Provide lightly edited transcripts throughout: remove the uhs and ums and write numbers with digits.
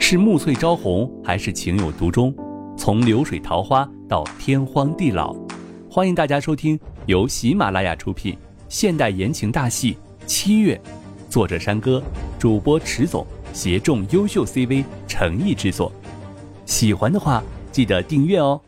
是暮翠朝红，还是情有独钟？从流水桃花到天荒地老，欢迎大家收听由喜马拉雅出品现代言情大戏《七月》，作者山歌，主播迟总，协众优秀 CV 诚意制作。喜欢的话记得订阅哦。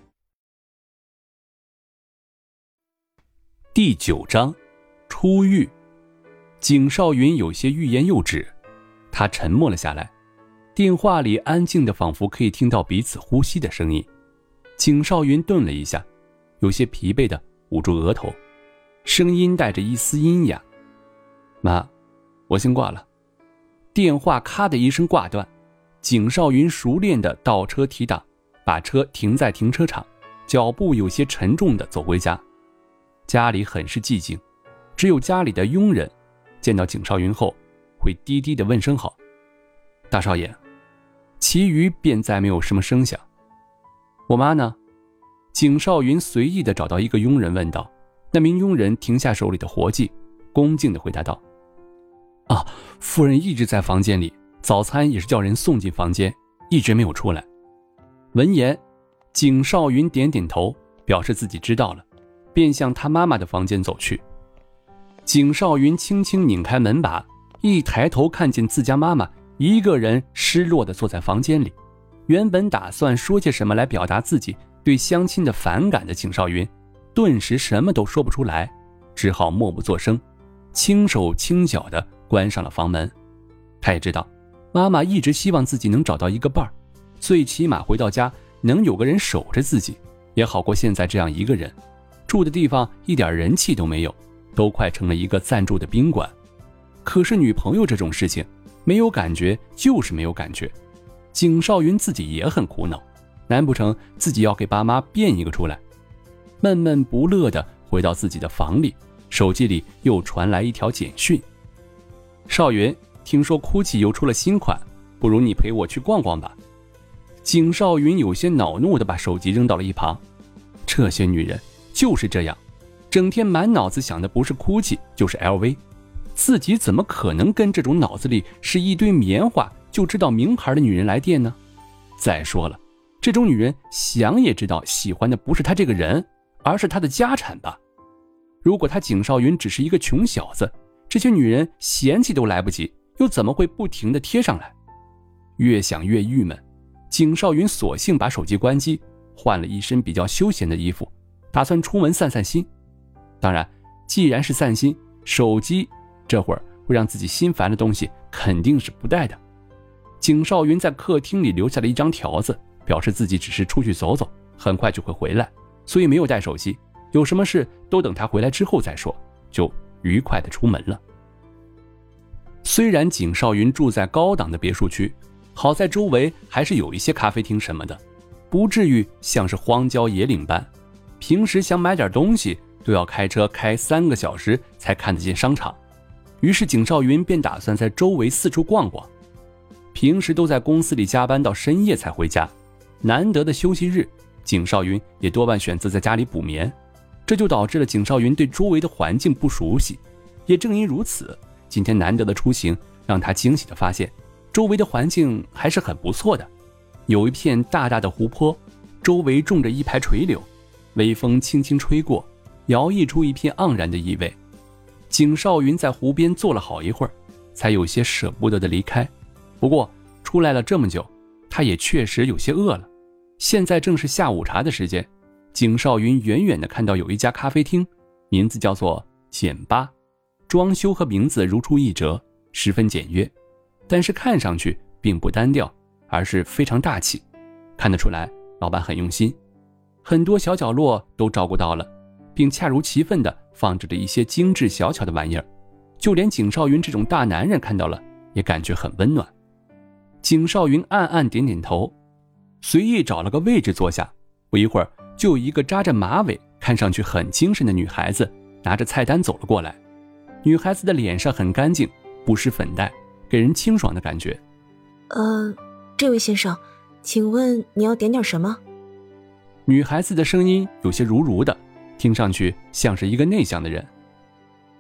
第9章，初遇。景少云有些欲言又止，他沉默了下来。电话里安静的仿佛可以听到彼此呼吸的声音。景少云顿了一下，有些疲惫的捂住额头，声音带着一丝阴哑：妈，我先挂了。电话咔的一声挂断。景少云熟练的倒车提档，把车停在停车场，脚步有些沉重的走回家。家里很是寂静，只有家里的佣人见到景少云后会低低的问声好。大少爷，其余便再没有什么声响。我妈呢？景少云随意地找到一个佣人问道。那名佣人停下手里的活计，恭敬地回答道：夫人一直在房间里，早餐也是叫人送进房间，一直没有出来。闻言，景少云点点头，表示自己知道了，便向他妈妈的房间走去。景少云轻轻拧开门把，一抬头看见自家妈妈一个人失落地坐在房间里。原本打算说些什么来表达自己对相亲的反感的景少云，顿时什么都说不出来，只好默不作声，轻手轻脚地关上了房门。他也知道妈妈一直希望自己能找到一个伴儿，最起码回到家能有个人守着自己，也好过现在这样一个人，住的地方一点人气都没有，都快成了一个暂住的宾馆。可是女朋友这种事情，没有感觉就是没有感觉。景少云自己也很苦恼，难不成自己要给爸妈变一个出来？闷闷不乐地回到自己的房里，手机里又传来一条简讯：少云，听说 GUCCI 又出了新款，不如你陪我去逛逛吧。景少云有些恼怒地把手机扔到了一旁。这些女人就是这样，整天满脑子想的不是 GUCCI 就是 LV， 自己怎么可能跟这种脑子里是一堆棉花就知道名牌的女人来电呢？再说了，这种女人想也知道喜欢的不是他这个人，而是他的家产吧。如果他景少云只是一个穷小子，这些女人嫌弃都来不及，又怎么会不停地贴上来？越想越郁闷，景少云索性把手机关机，换了一身比较休闲的衣服，打算出门散散心。当然，既然是散心，手机这会儿会让自己心烦的东西肯定是不带的。景少云在客厅里留下了一张条子，表示自己只是出去走走，很快就会回来，所以没有带手机，有什么事都等他回来之后再说，就愉快地出门了。虽然景少云住在高档的别墅区，好在周围还是有一些咖啡厅什么的，不至于像是荒郊野岭般，平时想买点东西都要开车开3个小时才看得见商场。于是景少云便打算在周围四处逛逛。平时都在公司里加班到深夜才回家，难得的休息日，景少云也多半选择在家里补眠，这就导致了景少云对周围的环境不熟悉。也正因如此，今天难得的出行让他惊喜地发现，周围的环境还是很不错的。有一片大大的湖泊，周围种着一排垂柳，微风轻轻吹过，摇曳出一片盎然的意味。景少云在湖边坐了好一会儿，才有些舍不得地离开。不过出来了这么久，他也确实有些饿了。现在正是下午茶的时间，景少云远远地看到有一家咖啡厅，名字叫做简吧，装修和名字如出一辙，十分简约，但是看上去并不单调，而是非常大气。看得出来老板很用心，很多小角落都照顾到了，并恰如其分地放置着一些精致小巧的玩意儿，就连景少云这种大男人看到了也感觉很温暖。景少云暗暗点点头，随意找了个位置坐下。不一会儿，就有一个扎着马尾看上去很精神的女孩子拿着菜单走了过来。女孩子的脸上很干净，不施粉黛，给人清爽的感觉。 这位先生，请问你要点点什么？ 女孩子的声音有些如如的，听上去像是一个内向的人。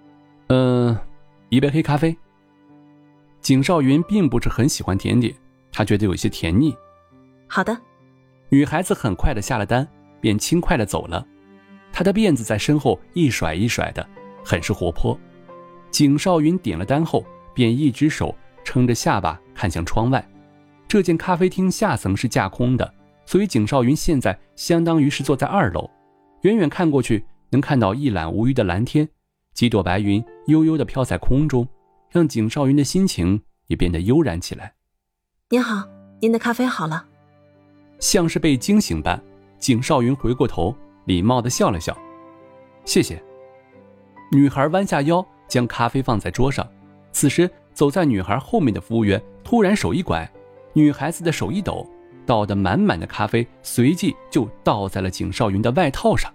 一杯黑咖啡。景少云并不是很喜欢甜点， 他觉得有些甜腻。 好的。 女孩子很快地下了单，便轻快地走了。她的辫子在身后一甩一甩的，很是活泼。景少云点了单后，便一只手撑着下巴看向窗外。这间咖啡厅下层是架空的，所以景少云现在相当于是坐在2楼，远远看过去能看到一览无余的蓝天，几朵白云悠悠地飘在空中，让景少云的心情也变得悠然起来。 您好，您的咖啡好了。 像是被惊醒般，景少云回过头，礼貌地笑了笑。谢谢。女孩弯下腰，将咖啡放在桌上。此时走在女孩后面的服务员突然手一拐，女孩子的手一抖，倒得满满的咖啡随即就倒在了景少云的外套上。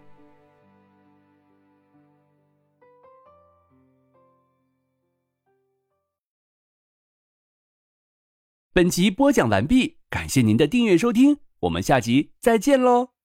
本集播讲完毕，感谢您的订阅收听，我们下集再见喽。